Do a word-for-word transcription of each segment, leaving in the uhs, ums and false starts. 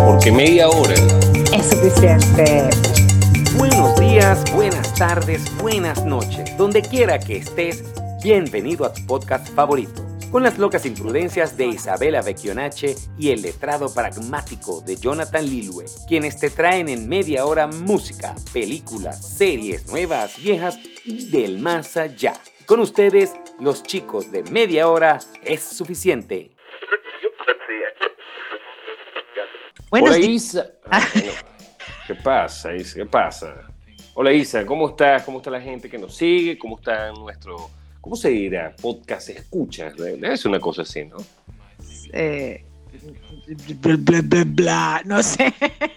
porque media hora es suficiente. Buenos días, buenas tardes, buenas noches. Donde quiera que estés, bienvenido a tu podcast favorito. Con las locas imprudencias de Isabela Vecchionache y el letrado pragmático de Jonathan Lilue, quienes te traen en media hora música, películas, series nuevas, viejas y del más allá. Con ustedes, los chicos de Media Hora es Suficiente. Buenos Hola Isa. Ah, bueno. ¿Qué pasa, Isa? ¿Qué pasa? Hola Isa, ¿cómo estás? ¿Cómo está la gente que nos sigue? ¿Cómo está nuestro, cómo se dirá? Podcast escuchas. Debe ser una cosa así, ¿no? Eh, bla, bla, bla, bla, no sé.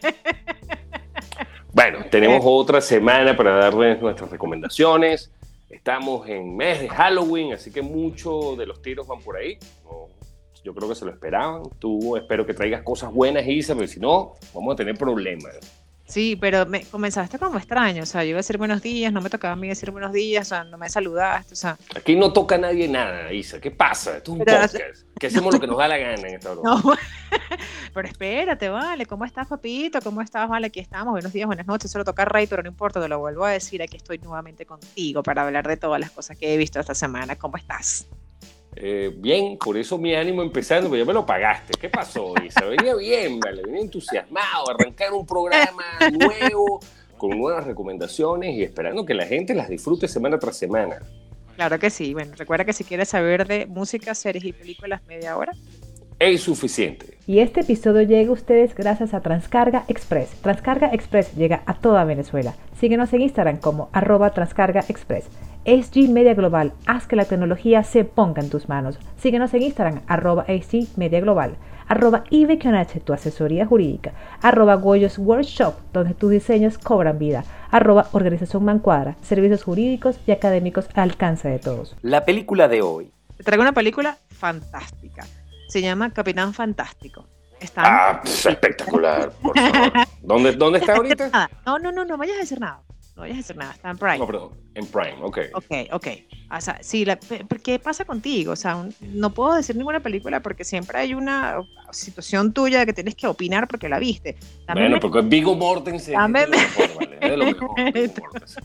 Bueno, tenemos otra semana para darles nuestras recomendaciones. Estamos en mes de Halloween, así que muchos de los tiros van por ahí. No, yo creo que se lo esperaban. Tú espero que traigas cosas buenas, Isa, porque si no, vamos a tener problemas. Sí, pero me comenzaste como extraño, o sea, yo iba a decir buenos días, no me tocaba a mí decir buenos días, o sea, no me saludaste, o sea. Aquí no toca a nadie nada, Isa, ¿qué pasa? Esto es un pero, podcast, que hacemos no, lo que nos da la gana en esta hora. No, pero espérate, vale, ¿cómo estás, papito? ¿Cómo estás? Vale, aquí estamos, buenos días, buenas noches, solo toca Rey, pero no importa, te lo vuelvo a decir, aquí estoy nuevamente contigo para hablar de todas las cosas que he visto esta semana, ¿cómo estás? Eh, bien, por eso mi ánimo empezando, pero ya me lo pagaste. ¿Qué pasó, Isa? Venía bien, vale, venía entusiasmado, arrancar un programa nuevo, con nuevas recomendaciones y esperando que la gente las disfrute semana tras semana. Claro que sí. Bueno, recuerda que si quieres saber de música, series y películas media hora, es suficiente. Y este episodio llega a ustedes gracias a Transcarga Express. Transcarga Express llega a toda Venezuela. Síguenos en Instagram como arroba Transcarga Express. H G Media Global, haz que la tecnología se ponga en tus manos. Síguenos en Instagram, arroba H G Media Global, arroba Ivekionache, tu asesoría jurídica, arroba Goyos Workshop, donde tus diseños cobran vida, arroba Organización Mancuadra, servicios jurídicos y académicos al alcance de todos. La película de hoy. Te traigo una película fantástica. Se llama Capitán Fantástico. ¿Están? Ah, pues, espectacular, por favor. ¿Dónde, ¿Dónde está ahorita? No, no, no, no vayas a decir nada. No vayas a decir nada, está en Prime. No, perdón, en Prime, ok. Ok, ok. O sea, sí, la, ¿qué pasa contigo? O sea, un, no puedo decir ninguna película porque siempre hay una situación tuya de que tienes que opinar porque la viste. Dame bueno, me... porque Viggo Mortensen Dame es de lo mejor, ¿vale? Es de lo mejor, Viggo Mortensen.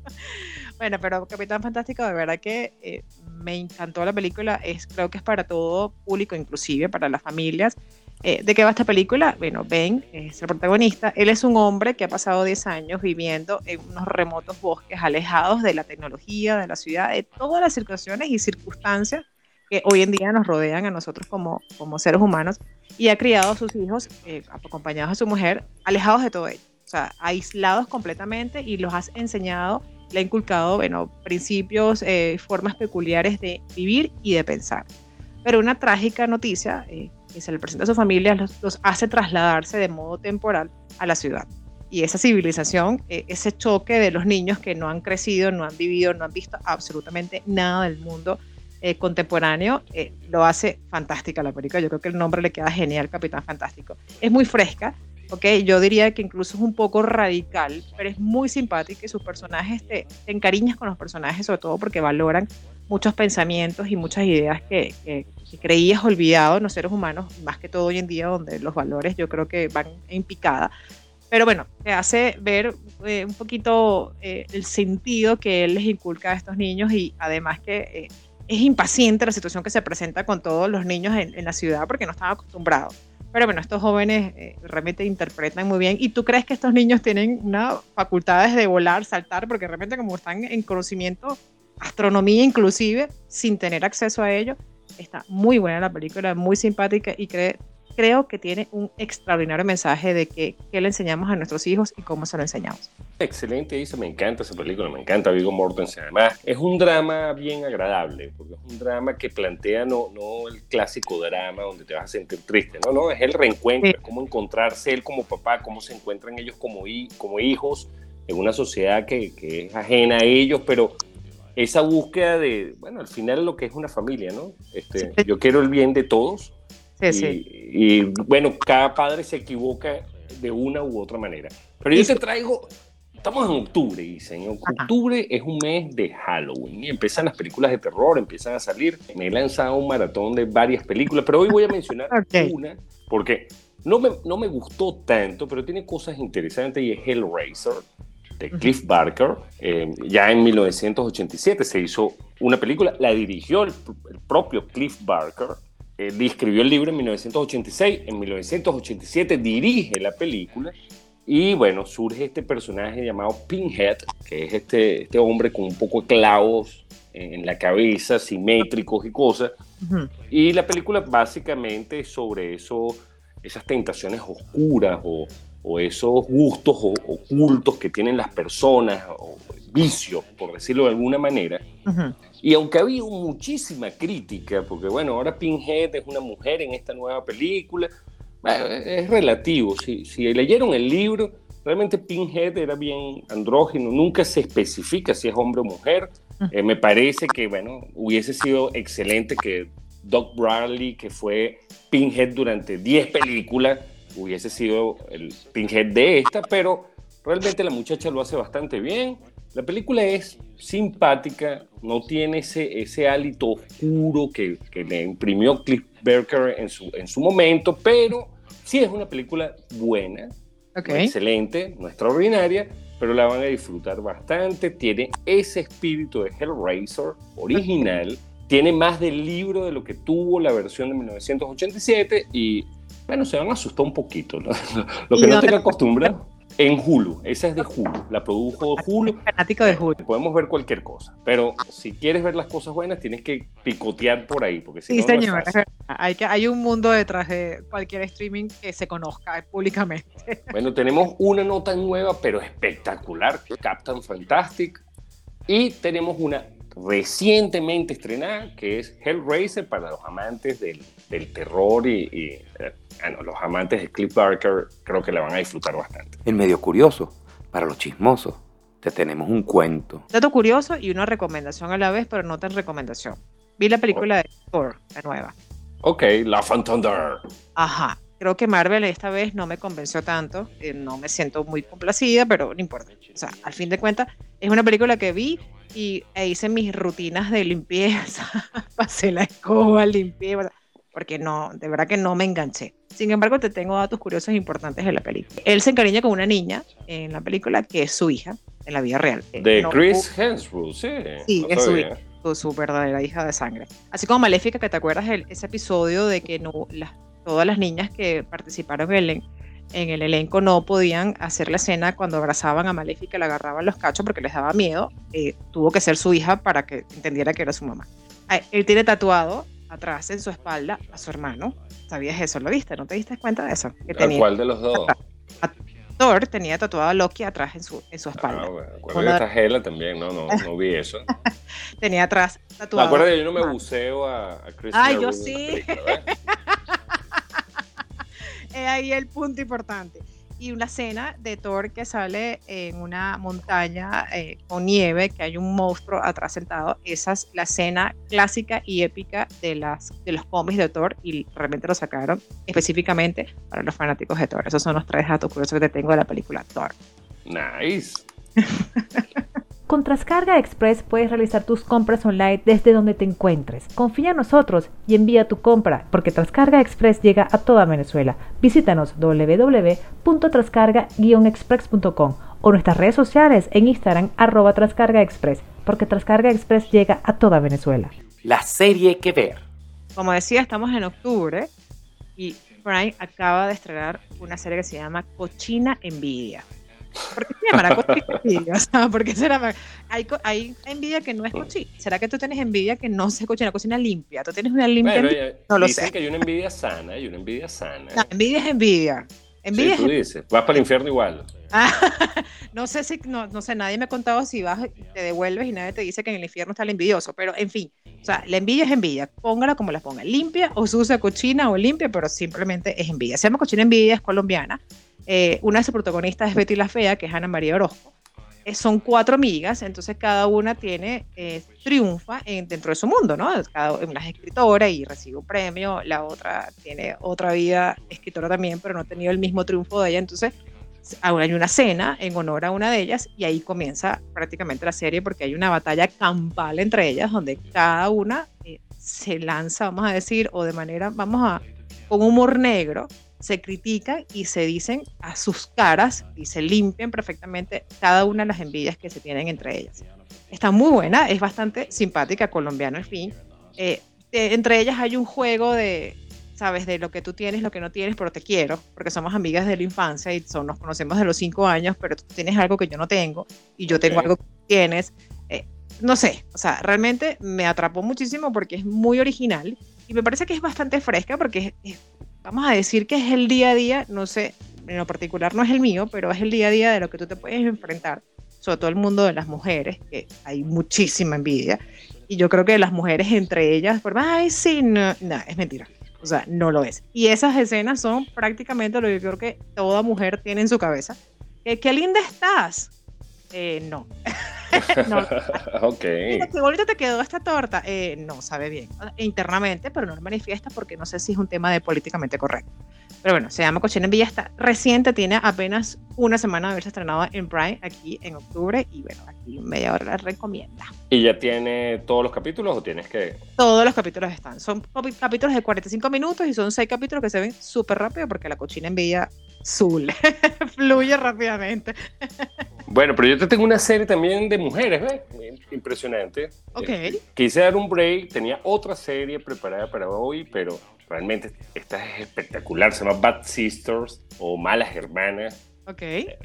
Bueno, pero Capitán Fantástico, de verdad que eh, me encantó la película. Es, creo que es para todo público, inclusive para las familias. Eh, ¿De qué va esta película? Bueno, Ben es el protagonista. Él es un hombre que ha pasado diez años viviendo en unos remotos bosques alejados de la tecnología, de la ciudad, de todas las situaciones y circunstancias que hoy en día nos rodean a nosotros como, como seres humanos, y ha criado a sus hijos, eh, acompañados de su mujer, alejados de todo ello. O sea, aislados completamente, y los has enseñado, le ha inculcado, bueno, principios, eh, formas peculiares de vivir y de pensar. Pero una trágica noticia eh, que se le presenta a su familia los, los hace trasladarse de modo temporal a la ciudad. Y esa civilización, eh, ese choque de los niños que no han crecido, no han vivido, no han visto absolutamente nada del mundo eh, contemporáneo, eh, lo hace fantástica la película. Yo creo que el nombre le queda genial, Capitán Fantástico. Es muy fresca. Okay, yo diría que incluso es un poco radical, pero es muy simpática y sus personajes, te, te encariñas con los personajes, sobre todo porque valoran muchos pensamientos y muchas ideas que, que, que creías olvidado en los seres humanos, más que todo hoy en día, donde los valores yo creo que van en picada. Pero bueno, te hace ver eh, un poquito eh, el sentido que él les inculca a estos niños, y además que eh, es impaciente la situación que se presenta con todos los niños en, en la ciudad porque no están acostumbrados. Pero bueno, estos jóvenes eh, realmente interpretan muy bien. ¿Y tú crees que estos niños tienen unas facultades de volar, saltar? Porque realmente como están en conocimiento, astronomía inclusive, sin tener acceso a ello, está muy buena la película, muy simpática, y cre- creo que tiene un extraordinario mensaje de que, qué le enseñamos a nuestros hijos y cómo se lo enseñamos. Excelente, Isa, me encanta esa película, me encanta Viggo Mortensen. Además, es un drama bien agradable, porque es un drama que plantea no, no el clásico drama donde te vas a sentir triste, no, no, es el reencuentro, sí. Es cómo encontrarse él como papá, cómo se encuentran ellos como, como hijos en una sociedad que, que es ajena a ellos, pero esa búsqueda de, bueno, al final lo que es una familia, ¿no? Este, sí. Yo quiero el bien de todos, sí, y, sí. y bueno, cada padre se equivoca de una u otra manera. Pero yo te traigo... Estamos en octubre, dicen. En octubre Ajá. es un mes de Halloween y empiezan las películas de terror, empiezan a salir. Me he lanzado un maratón de varias películas, pero hoy voy a mencionar okay. una, porque no me, no me gustó tanto, pero tiene cosas interesantes y es Hellraiser, de Cliff Barker. Eh, ya en mil novecientos ochenta y siete se hizo una película, la dirigió el, el propio Cliff Barker, eh, escribió el libro en mil novecientos ochenta y seis, en mil novecientos ochenta y siete dirige la película, y bueno, surge este personaje llamado Pinhead, que es este, este hombre con un poco de clavos en la cabeza, simétricos y cosas, uh-huh. Y la película básicamente es sobre eso, esas tentaciones oscuras o, o esos gustos o, ocultos que tienen las personas, o vicios, por decirlo de alguna manera. Uh-huh. Y aunque ha habido muchísima crítica, porque bueno, ahora Pinhead es una mujer en esta nueva película, es relativo. Si, si leyeron el libro, realmente Pinhead era bien andrógino, nunca se especifica si es hombre o mujer. Eh, me parece que, bueno, hubiese sido excelente que Doug Bradley, que fue Pinhead durante diez películas, hubiese sido el Pinhead de esta, pero realmente la muchacha lo hace bastante bien. La película es simpática, no tiene ese, ese hálito oscuro que, que le imprimió Cliff Barker en su, en su momento, pero sí es una película buena, okay. Excelente, no extraordinaria, pero la van a disfrutar bastante. Tiene ese espíritu de Hellraiser original, okay. Tiene más del libro de lo que tuvo la versión de mil novecientos ochenta y siete y, bueno, se van a asustar un poquito, ¿no? Lo que no tenga acostumbrado. En Hulu, esa es de Hulu, la produjo Hulu. Fanático de Hulu. Podemos ver cualquier cosa, pero si quieres ver las cosas buenas tienes que picotear por ahí, porque si sí, no, señor, no es fácil. Hay, que, hay un mundo detrás de cualquier streaming que se conozca públicamente. Bueno, tenemos una nota nueva, pero espectacular, Captain Fantastic, y tenemos una recientemente estrenada, que es Hellraiser para los amantes del, del terror y, y eh, bueno, los amantes de Cliff Barker creo que la van a disfrutar bastante. En medio curioso, para los chismosos, te tenemos un cuento. Dato curioso y una recomendación a la vez, pero no tan recomendación. Vi la película oh. de Thor, la nueva. Ok, Love and Thunder. Ajá. Creo que Marvel esta vez no me convenció tanto, eh, no me siento muy complacida, pero no importa. O sea, al fin de cuentas, es una película que vi y e hice mis rutinas de limpieza, pasé la escoba, limpié, porque no, de verdad que no me enganché. Sin embargo, te tengo datos curiosos e importantes de la película. Él se encariña con una niña en la película que es su hija, en la vida real. De no, Chris Hemsworth, sí. Sí, no es su hija, su, su verdadera hija de sangre. Así como Maléfica, que te acuerdas el, ese episodio de que no, las, todas las niñas que participaron en el, en el elenco no podían hacer la escena cuando abrazaban a Maléfica, le agarraban los cachos porque les daba miedo. Eh, tuvo que ser su hija para que entendiera que era su mamá. Ah, él tiene tatuado atrás en su espalda a su hermano. ¿Sabías eso? ¿Lo viste? ¿No te diste cuenta de eso? Que tenía, ¿A cuál de los dos? A, a Thor tenía tatuado a Loki atrás en su, en su espalda. Ah, bueno, acuérdate de esta Hela también, no, no, no vi eso. Tenía atrás tatuado. Acuérdate que yo no me buceo a, a Chris Ay, yo sí. Es ahí el punto importante. Y una escena de Thor que sale en una montaña eh, con nieve, que hay un monstruo atrás sentado. Esa es la escena clásica y épica de, las, de los cómics de Thor y realmente lo sacaron específicamente para los fanáticos de Thor. Esos son los tres datos curiosos que te tengo de la película Thor. Nice. Con Transcarga Express puedes realizar tus compras online desde donde te encuentres. Confía en nosotros y envía tu compra, porque Transcarga Express llega a toda Venezuela. Visítanos doble u doble u doble u punto transcarga guion express punto com o nuestras redes sociales en Instagram arroba Transcarga Express, porque Transcarga Express llega a toda Venezuela. La serie que ver. Como decía, estamos en octubre y Prime acaba de estrenar una serie que se llama Cochina Envidia. ¿Por qué se llamará cochina envidia? O sea, ¿por qué será? Hay, hay envidia que no es cochina. ¿Será que tú tienes envidia que no se cochina, cocina limpia? ¿Tú tienes una limpia bueno, envidia? Ya, no lo dicen sé. que hay una envidia sana, hay una envidia sana. No, envidia es envidia. Envidia sí, tú es... dices, vas para el infierno igual. Ah, no sé si, no, no sé, nadie me ha contado si vas, te devuelves y nadie te dice que en el infierno está el envidioso, pero en fin, o sea, la envidia es envidia, póngala como la ponga, limpia o sucia, cochina o limpia, pero simplemente es envidia. Se llama Cochina Envidia, es colombiana. Eh, una de sus protagonistas es Betty la Fea, que es Ana María Orozco. Eh, son cuatro amigas, entonces cada una tiene, eh, triunfa en, dentro de su mundo, ¿no? Cada una es escritora y recibe un premio, la otra tiene otra vida, escritora también, pero no ha tenido el mismo triunfo de ella, entonces ahora hay una cena en honor a una de ellas y ahí comienza prácticamente la serie porque hay una batalla campal entre ellas donde cada una eh, se lanza, vamos a decir, o de manera, vamos a, con humor negro, se critican y se dicen a sus caras y se limpian perfectamente cada una de las envidias que se tienen entre ellas. Está muy buena, es bastante simpática, colombiana al fin. Eh, eh, entre ellas hay un juego de, sabes, de lo que tú tienes, lo que no tienes, pero te quiero, porque somos amigas de la infancia y son, nos conocemos de los cinco años, pero tú tienes algo que yo no tengo y yo tengo Ok. algo que tú tienes. Eh, no sé, o sea, realmente me atrapó muchísimo porque es muy original y me parece que es bastante fresca porque es, es, vamos a decir que es el día a día, no sé, en lo particular no es el mío, pero es el día a día de lo que tú te puedes enfrentar, sobre todo el mundo de las mujeres, que hay muchísima envidia, y yo creo que las mujeres entre ellas, por ay, sí, no, no, es mentira, o sea, no lo es. Y esas escenas son prácticamente lo que yo creo que toda mujer tiene en su cabeza. ¿Qué, qué linda estás? Eh, no. no. Ok. Mira, qué bonita te quedó esta torta. Eh, no, sabe bien. Internamente, pero no lo manifiesta porque no sé si es un tema de políticamente correcto. Pero bueno, se llama Cochina en Villa, está reciente, tiene apenas una semana de haberse estrenado en Prime aquí en octubre y bueno, aquí media hora la recomienda. ¿Y ya tiene todos los capítulos o tienes que...? Todos los capítulos están, son capítulos de cuarenta y cinco minutos y son seis capítulos que se ven súper rápido porque la Cochina en Villa zule, fluye rápidamente. Bueno, pero yo te tengo una serie también de mujeres, ¿ves? Impresionante. Ok. Eh, quise dar un break, tenía otra serie preparada para hoy, pero realmente esta es espectacular. Se llama Bad Sisters o Malas Hermanas. Ok.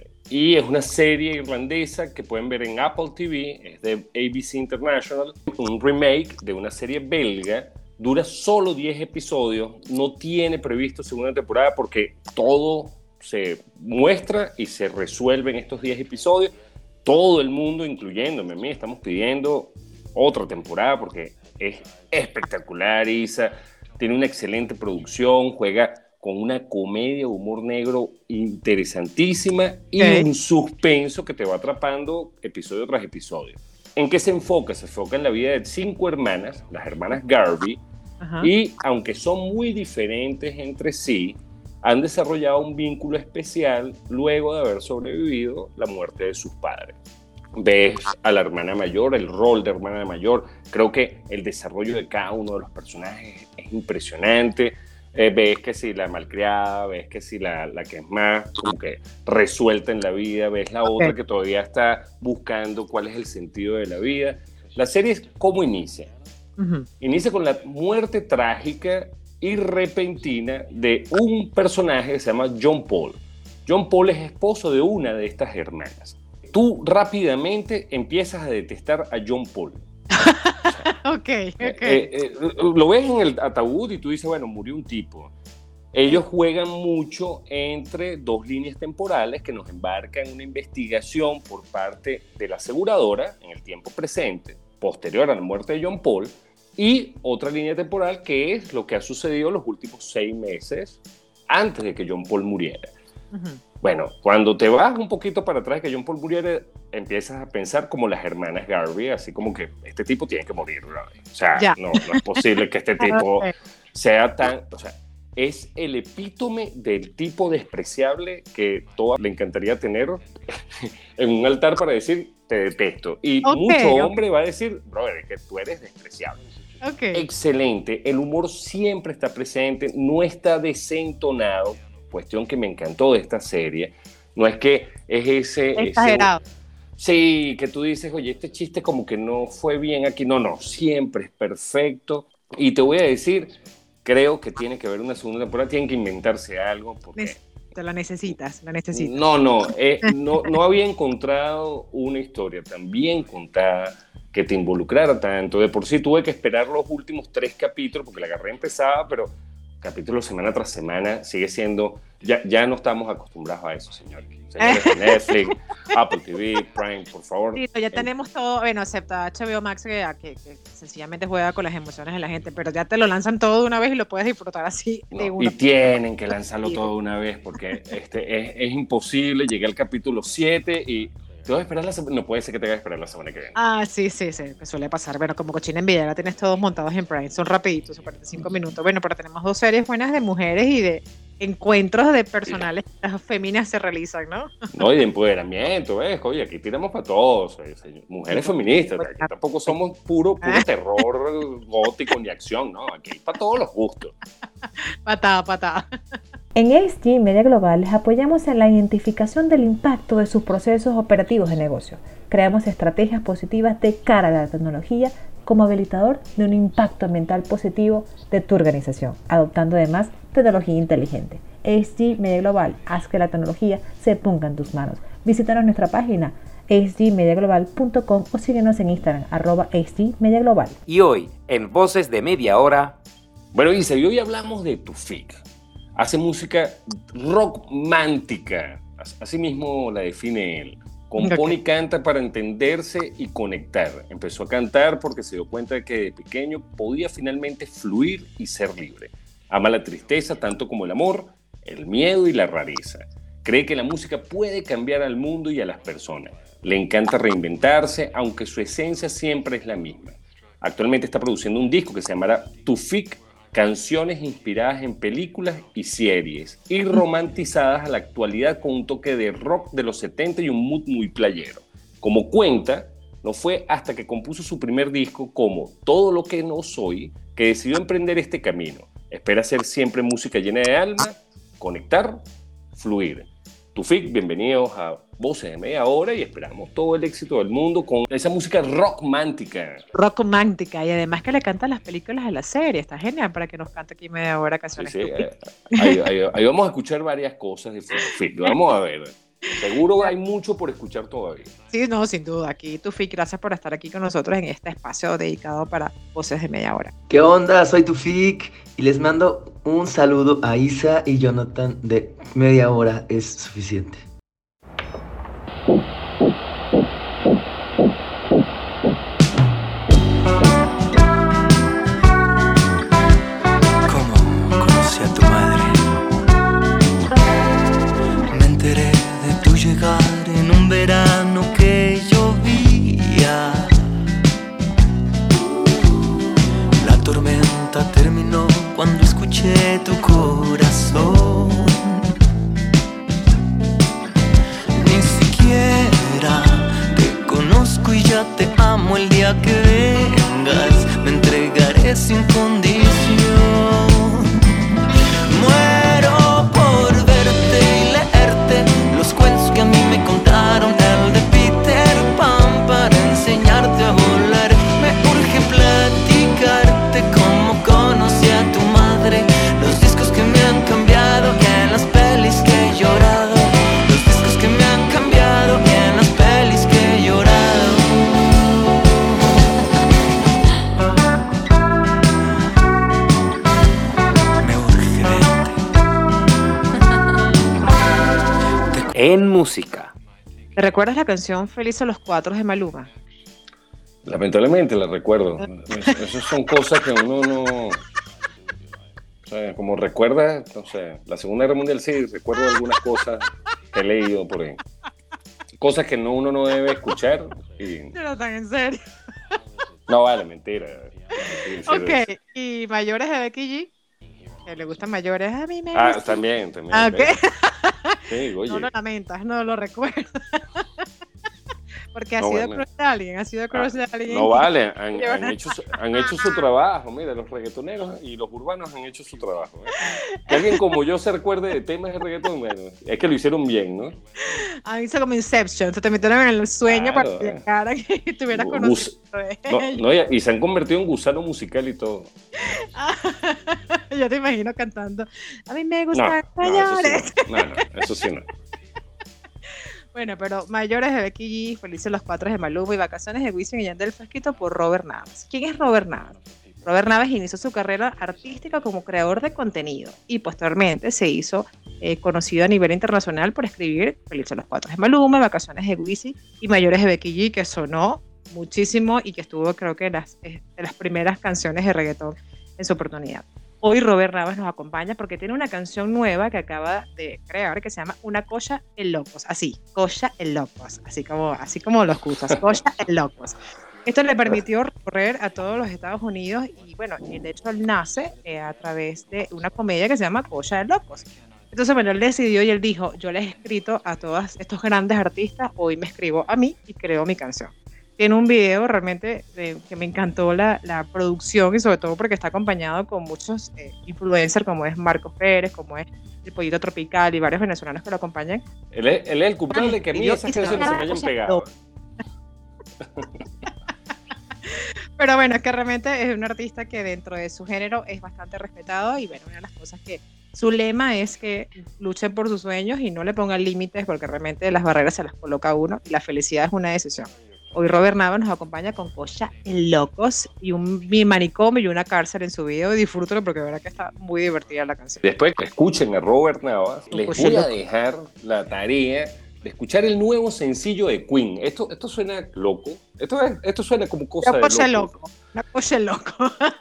Y es una serie irlandesa que pueden ver en Apple T V, es de A B C International, un remake de una serie belga. Dura solo diez episodios, no tiene previsto segunda temporada porque todo se muestra y se resuelve en estos diez episodios. Todo el mundo, incluyéndome a mí, estamos pidiendo otra temporada porque es espectacular. Isa tiene una excelente producción, juega con una comedia de humor negro interesantísima y Okay. un suspenso que te va atrapando episodio tras episodio. ¿En qué se enfoca? Se enfoca en la vida de cinco hermanas, las hermanas Garvey, Ajá. y aunque son muy diferentes entre sí, han desarrollado un vínculo especial luego de haber sobrevivido la muerte de sus padres. Ves a la hermana mayor, el rol de hermana mayor, creo que el desarrollo de cada uno de los personajes es impresionante. Eh, ves que si la malcriada, ves que si la, la que es más como que resuelta en la vida, ves la Ok. otra que todavía está buscando cuál es el sentido de la vida. La serie es cómo inicia. Ujú. Inicia con la muerte trágica y repentina de un personaje que se llama John Paul. John Paul es esposo de una de estas hermanas. Tú rápidamente empiezas a detestar a John Paul. Ok, ok. Eh, eh, lo ves en el ataúd y tú dices, bueno, murió un tipo. Ellos juegan mucho entre dos líneas temporales que nos embarcan en una investigación por parte de la aseguradora en el tiempo presente, posterior a la muerte de John Paul, y otra línea temporal que es lo que ha sucedido los últimos seis meses antes de que John Paul muriera. Ujú. Bueno, cuando te vas un poquito para atrás de que John Paul muriera, empiezas a pensar como las hermanas Garvey, así como que este tipo tiene que morir, ¿no? O sea, Ya. no, no es posible que este tipo Ok. sea tan... O sea, es el epítome del tipo despreciable que toda le encantaría tener en un altar para decir, te detesto. Y Ok, mucho ok. hombre va a decir, brother, es que tú eres despreciable. Ok. Excelente, el humor siempre está presente, no está desentonado, cuestión que me encantó de esta serie. No es que es ese... Exagerado. ese sí, que tú dices, oye, este chiste como que no fue bien aquí. No, no, siempre es perfecto. Y te voy a decir, creo que tiene que haber una segunda temporada, tienen que inventarse algo porque... Nes- Te la necesitas, la necesitas. No, no, eh, no, no había encontrado una historia tan bien contada que te involucrara tanto. De por sí tuve que esperar los últimos tres capítulos porque la carrera empezaba, pero capítulos semana tras semana sigue siendo... Ya, ya no estamos acostumbrados a eso, señores. Señores de Netflix, Apple T V, Prime, por favor. Sí, ya tenemos todo, bueno, excepto H B O Max que, que, que sencillamente juega con las emociones de la gente, pero ya te lo lanzan todo de una vez y lo puedes disfrutar así de No, una. y tienen que lanzarlo todo de una vez porque este, es, es imposible. Llegué al capítulo siete y te vas a esperar la semana. No puede ser que te hagas esperar la semana que viene. Ah, sí, sí, sí, que suele pasar. Bueno, como Cochina en Villa, ya tienes todos montados en Prime, son rapiditos, son cuarenta y cinco minutos. Bueno, pero tenemos dos series buenas de mujeres y de encuentros de personales que las féminas se realizan, ¿no? No, y de empoderamiento, ¿ves? Oye, aquí tiramos para todos. eh, señor- Mujeres feministas. Aquí tampoco somos puro, puro terror gótico ni acción, ¿no? Aquí para todos los gustos. Patada, patada. En A S G Media Global les apoyamos en la identificación del impacto de sus procesos operativos de negocio. Creamos estrategias positivas de cara a la tecnología como habilitador de un impacto ambiental positivo de tu organización, adoptando además tecnología inteligente. A S G Media Global, haz que la tecnología se ponga en tus manos. Visítanos nuestra página a s g media global punto com o síguenos en Instagram, arroba A S G Media Global. Y hoy, en Voces de Media Hora... Bueno, Isa, y hoy hablamos de Tufik. Hace música rockmántica, así mismo la define él. Compone okay. y canta para entenderse y conectar. Empezó a cantar porque se dio cuenta de que de pequeño podía finalmente fluir y ser libre. Ama la tristeza tanto como el amor, el miedo y la rareza. Cree que la música puede cambiar al mundo y a las personas. Le encanta reinventarse, aunque su esencia siempre es la misma. Actualmente está produciendo un disco que se llamará Tufik, canciones inspiradas en películas y series y romantizadas a la actualidad con un toque de rock de los setenta y un mood muy playero. Como cuenta, no fue hasta que compuso su primer disco como Todo lo que no soy que decidió emprender este camino. Espera hacer siempre música llena de alma, conectar, fluir. Tufik, bienvenidos a Voces de Media Hora y esperamos todo el éxito del mundo con esa música rockmántica. Rockmántica y además que le canta las películas de la serie. Está genial para que nos cante aquí Media Hora canciones. Sí, sí, eh, ahí, ahí, ahí vamos a escuchar varias cosas de Tufik. Vamos a ver. Seguro hay mucho por escuchar todavía. Sí, no, sin duda. Aquí Tufik, gracias por estar aquí con nosotros en este espacio dedicado para Voces de Media Hora. ¿Qué onda? Soy Tufik y les mando un saludo a Isa y Jonathan de Media Hora es suficiente. En un verano que llovía, la tormenta terminó cuando escuché tu corazón. Ni siquiera te conozco y ya te amo. El día que vengas me entregaré sin condición. Muero por verte y leerte los cuentos que a mí me contaron, el de Peter Pan, para enseñarte a volar. Me urge platicarte cómo conocí a tu madre, los discos que me han cambiado y en las pelis que he llorado, los discos que me han cambiado y en las pelis que he llorado. Me urge verte. En música. ¿Te recuerdas la canción Felices los Cuatro de Maluma? Lamentablemente la recuerdo. Esas son cosas que uno no... O sea, como recuerda, no sé, la Segunda Guerra Mundial sí, recuerdo algunas cosas que he leído por ahí. Cosas que no, uno no debe escuchar. Y... No, tan en serio. No, vale, mentira. Ok, ¿y Mayores de Becky G? Que le gustan mayores a mí me Ah, gusta. también, también. Ah, okay. Sí, oye. No lo lamentas, no lo recuerdas. Porque ha No, sido bueno. cruel de alguien, ha sido cruel de alguien. No vale, han, han, hecho, han hecho su trabajo. Mira, los reggaetoneros y los urbanos han hecho su trabajo. ¿eh? Que alguien como yo se recuerde de temas de reggaetón, bueno, es que lo hicieron bien, ¿no? Ah, hizo como Inception, te metieron en el sueño Claro, para que llegaran y tuvieras Gus- conocido de No, ellos. no, y, y se han convertido en gusano musical y todo. Yo te imagino cantando. A mí me No, gustan no, eso mayores. sí no. No, no, eso sí no. Bueno, pero Mayores de Becky G, Felices los Cuatro de Maluma y Vacaciones de Wisin y Yandel fue escrito por Robert Navas. ¿Quién es Robert Navas? Robert Navas inició su carrera artística como creador de contenido y posteriormente se hizo eh, conocido a nivel internacional por escribir Felices los Cuatro de Maluma, Vacaciones de Wisin y Mayores de Becky G, que sonó muchísimo y que estuvo creo que en las, eh, de las primeras canciones de reggaetón en su oportunidad. Hoy Robert Navas nos acompaña porque tiene una canción nueva que acaba de crear que se llama Una Colla en Locos, así, Colla en Locos, así como, así como lo escuchas, Colla en Locos. Esto le permitió recorrer a todos los Estados Unidos y bueno, de hecho él nace eh, a través de una comedia que se llama Colla de Locos. Entonces bueno, él decidió y él dijo, yo les he escrito a todos estos grandes artistas, hoy me escribo a mí y creo mi canción. tiene un video realmente de, que me encantó la, la producción y sobre todo porque está acompañado con muchos eh, influencers como es Marcos Pérez, como es el Pollito Tropical y varios venezolanos que lo acompañan. Él es, él es el culpable de que a mí esas canciones se me hayan pegado. Pero bueno, es que realmente es un artista que dentro de su género es bastante respetado y bueno, una de las cosas que su lema es que luchen por sus sueños y no le pongan límites porque realmente las barreras se las coloca uno y la felicidad es una decisión. Hoy Robert Nava nos acompaña con Cocha en Locos y un manicomio y una cárcel en su video. Disfrútalo porque de verdad que está muy divertida la canción. Después que escuchen a Robert Nava, les voy a dejar la tarea de escuchar el nuevo sencillo de Queen. Esto, esto suena loco. Esto, es, esto suena como cosa la de cosa loco. loco. La cosa loco.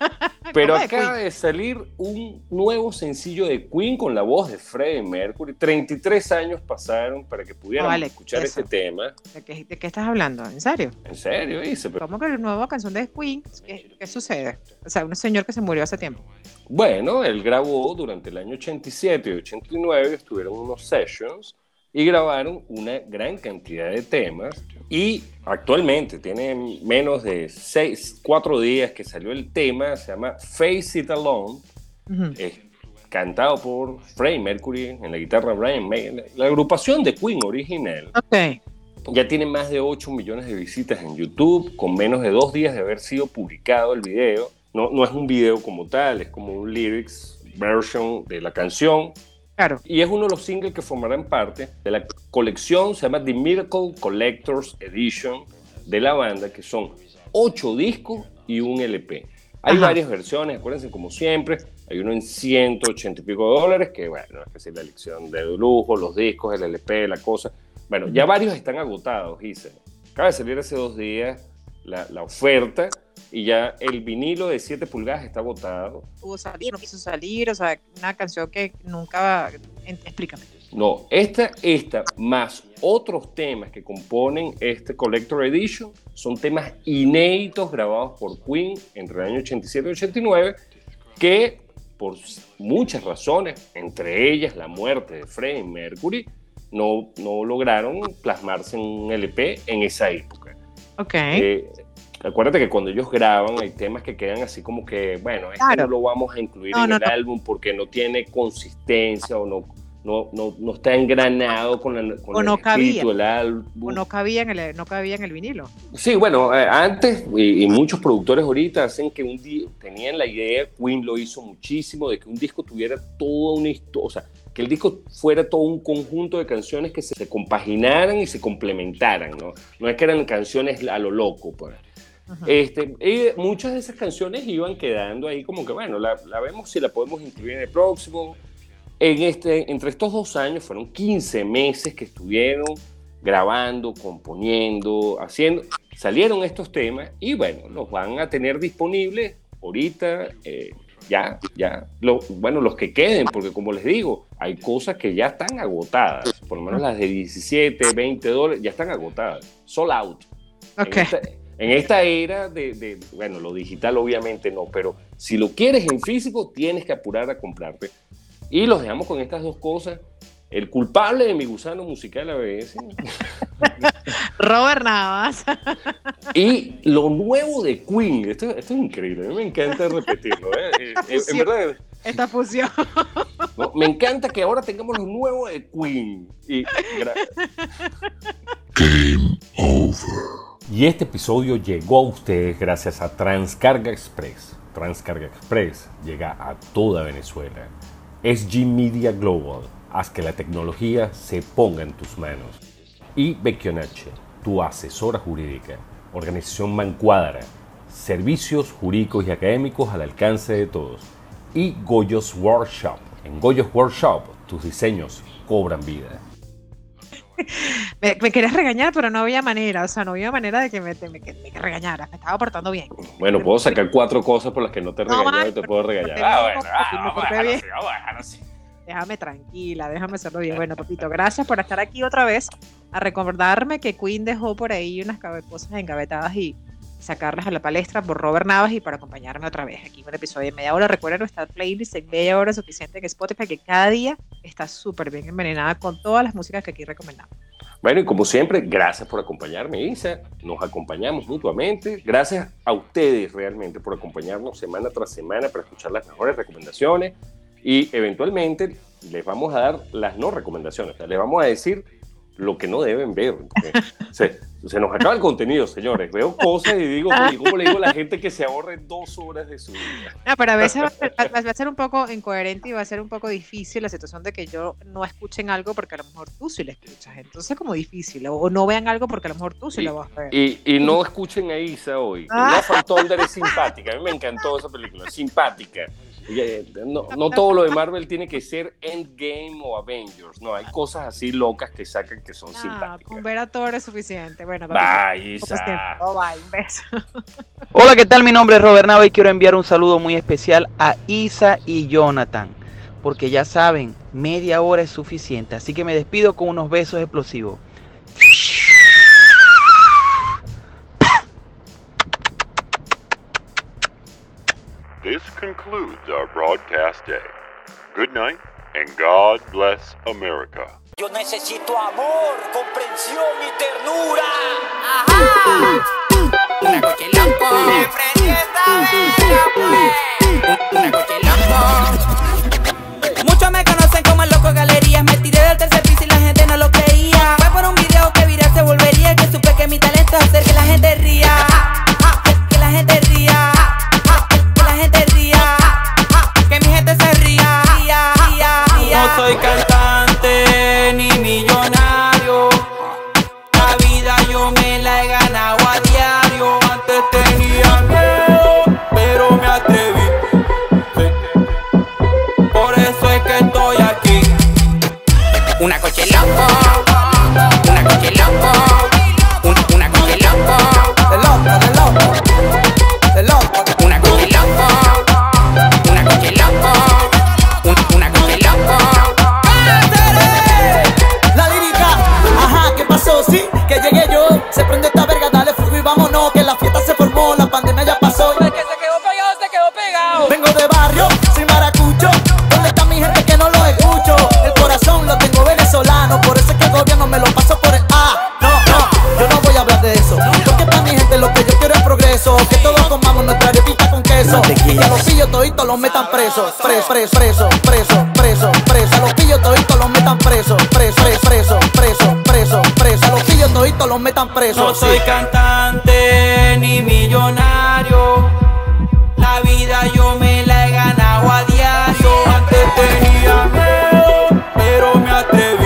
Pero acaba de, de salir un nuevo sencillo de Queen con la voz de Freddie Mercury. treinta y tres años pasaron para que pudieran no, vale, escuchar eso. este tema. ¿De qué, ¿De qué estás hablando? ¿En serio? ¿En serio? Dice. Pero... ¿Cómo que la nueva canción de Queen? ¿Qué, ¿Qué sucede? O sea, un señor que se murió hace tiempo. Bueno, él grabó durante el año ochenta y siete y ochenta y nueve, estuvieron unos sessions y grabaron una gran cantidad de temas y actualmente tiene menos de seis, cuatro días que salió el tema, se llama Face It Alone, uh-huh. es cantado por Freddie Mercury en la guitarra, Brian May, la agrupación de Queen original. Okay. Ya tiene más de ocho millones de visitas en YouTube, con menos de dos días de haber sido publicado el video. No, no es un video como tal, es como un lyrics version de la canción. Claro. Y es uno de los singles que formarán parte de la colección, se llama The Miracle Collector's Edition de la banda, que son ocho discos y un L P. Hay Ajá. varias versiones, acuérdense, como siempre, hay uno en ciento ochenta y pico dólares, que bueno, es que si la elección de lujo, los discos, el L P, la cosa. Bueno, ya varios están agotados, dice. Acaba de salir hace dos días la, la oferta y ya el vinilo de siete pulgadas está agotado. Pudo salir, no quiso salir, o sea, una canción que nunca va... Explícame. No, esta, esta más otros temas que componen este Collector Edition son temas inéditos grabados por Queen entre el año ochenta y siete y ochenta y nueve que por muchas razones, entre ellas la muerte de Freddie Mercury, no, no lograron plasmarse en un L P en esa época. Ok. Eh, acuérdate que cuando ellos graban hay temas que quedan así como que, bueno, esto claro. no lo vamos a incluir no, en no, el no. álbum porque no tiene consistencia o no, no, no, no está engranado con, la, con o no el espíritu cabía. del álbum. O no cabía, en el, no cabía en el vinilo. Sí, bueno, eh, antes, y, y muchos productores ahorita hacen que un día, tenían la idea, Queen lo hizo muchísimo, de que un disco tuviera toda una historia, o sea, que el disco fuera todo un conjunto de canciones que se, se compaginaran y se complementaran, ¿no? No es que eran canciones a lo loco, pues. Este, y muchas de esas canciones iban quedando ahí como que, bueno, la, la vemos si la podemos incluir en el próximo. En este, entre estos dos años fueron quince meses que estuvieron grabando, componiendo, haciendo. Salieron estos temas y bueno, los van a tener disponibles ahorita, eh, ya, ya. Lo, bueno, los que queden, porque como les digo, hay cosas que ya están agotadas. Por lo menos las de diecisiete, veinte dólares ya están agotadas. Sold out. Ok. En esta, En esta era de, de, bueno, lo digital obviamente no, pero si lo quieres en físico, tienes que apurar a comprarte. Y los dejamos con estas dos cosas. El culpable de mi gusano musical a veces. Robert Navas. Y lo nuevo de Queen. Esto, esto es increíble. A mí me encanta repetirlo. ¿eh? En, en verdad. Esta fusión. ¿No? Me encanta que ahora tengamos lo nuevo de Queen. Y, gra- Game over. Y este episodio llegó a ustedes gracias a Transcarga Express. Transcarga Express llega a toda Venezuela. S G Media Global, haz que la tecnología se ponga en tus manos. Y Vecchionache, tu asesora jurídica, organización Mancuadra, servicios jurídicos y académicos al alcance de todos. Y Goyos Workshop, en Goyos Workshop tus diseños cobran vida. Me, me querías regañar, pero no había manera, o sea, no había manera de que me, me, que me regañaras, me estaba portando bien. Bueno, puedo sacar cuatro cosas por las que no te he No, regañado man, y te puedo regañar. pero- Ah, bueno, porque ah, me vamos a porté dejarlo bien. así, vamos a dejarlo así. Déjame tranquila, déjame hacerlo bien. Bueno, papito, gracias por estar aquí otra vez, a recordarme que Queen dejó por ahí unas cabe- cosas engavetadas y sacarlas a la palestra por Robert Navas y para acompañarme otra vez aquí en un episodio de media hora. Recuerden nuestra playlist en media hora suficiente en Spotify, que cada día está súper bien envenenada con todas las músicas que aquí recomendamos. Bueno, y como siempre, gracias por acompañarme, Isa. Nos acompañamos mutuamente. Gracias a ustedes realmente por acompañarnos semana tras semana para escuchar las mejores recomendaciones y eventualmente les vamos a dar las no recomendaciones. O sea, les vamos a decir lo que no deben ver. Se, se nos acaba el contenido, señores. Veo cosas y digo, ¿cómo le digo a la gente que se ahorre dos horas de su vida? No, pero a veces va a, ser, va a ser un poco incoherente y va a ser un poco difícil la situación de que yo no escuchen algo porque a lo mejor tú sí lo escuchas. Entonces es como difícil. O no vean algo porque a lo mejor tú sí y, lo vas a ver. Y, y no escuchen a Isa hoy. Ah. Love and Thunder es simpática. A mí me encantó esa película. Simpática. No, no todo lo de Marvel tiene que ser Endgame o Avengers. No, hay cosas así locas que sacan que son Ah, simpáticas. con ver a Thor es suficiente. Bueno, bye, Isa. Oh, bye, un beso. Hola, ¿qué tal? Mi nombre es Robert Nava y quiero enviar un saludo muy especial a Isa y Jonathan, porque ya saben, media hora es suficiente, así que me despido con unos besos explosivos. This concludes our broadcast day. Good night and God bless America. Yo necesito amor, comprensión y ternura. Ajá. Una coche loco. Me prendí esta verga, pues. Una coche loco. Muchos me conocen como el loco galerías. Me tiré del tercer piso y la gente no lo creía. Fue por un video que viral se volvería. Que supe que mi talento es hacer que la gente ría. Que la gente ría. Que la gente ría. Que mi gente se ría. ría, ría, ría. No soy cantante ni millonario. La vida yo me la he ganado a diario. Antes tenía miedo, pero me atreví. Sí. Por eso es que estoy aquí. Una coche loco. Una coche loco. Una, una coche loco. De loco, de loco. De loco. Una coche loco. Una coche loco. Una, una coche loco. La lírica, ajá, ¿qué pasó? Sí, que llegué yo. Se prende esta verga, dale fuego y vámonos. Que la fiesta se formó, la pandemia ya pasó. El que se quedó pegado, se quedó pegado. Vengo de barrio, soy maracucho. ¿Dónde está mi gente que no lo escucho? El corazón lo tengo venezolano. Por eso es que el gobierno me lo paso por el A. No, no, yo no voy a hablar de eso. Porque para mi gente lo que yo quiero es progreso. Que todos comamos nuestra arepita con queso. Y a los pillos toditos los metan presos. Preso, preso, preso, preso, preso, preso. A los pillos toditos los metan presos. Preso, preso, preso, preso, preso, preso. A los pillos toditos los metan presos. No soy cantante ni millonario. La vida yo me la he ganado a diario. Antes tenía miedo, pero me atreví.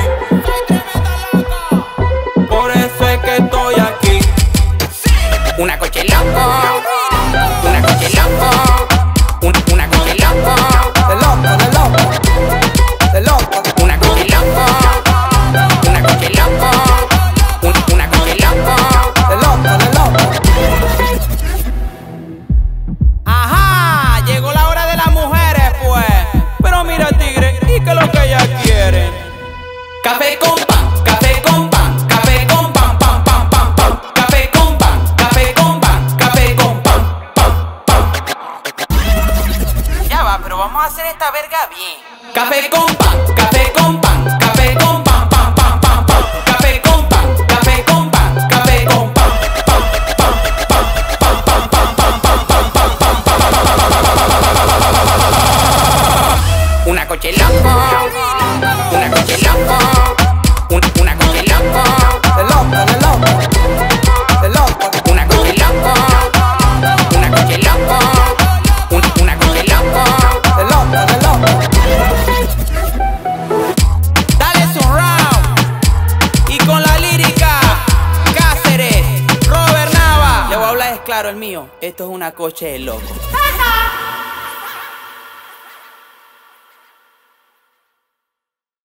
Por eso es que estoy aquí. Una coche loco. Una coche loco. Una, una coche loco. De loco, de loco, de loco. Una coche loco. Una coche loco. Una, una coche loco. De loco, de loco. Ajá, llegó la hora de las mujeres, pues. Pero mira, tigre, ¿y qué es lo que ellas quieren? Café con pan, café con pan, café con pan, pan, pan, pan, pan. Café con pan, café con pan, café con pan, pan, pan. Ya va, pero vamos a hacer esta verga bien. Café con pan, café con pan, café con pan, pan, pan, pan, pan. Café con pan, café con pan, café con pan, pan, pan, pan, pan, pan, pan, pan, pan, pan, pan, pan. Una coche loco, una coche loco, una, una coche loco, De loco, de loco, de loco. una coche loco, una coche loco, una, una coche loco. De loco, de loco. Dale su round. Y con la lírica, Cáceres, Robert Nava. Le voy a hablar es claro el mío. Esto es una coche de loco.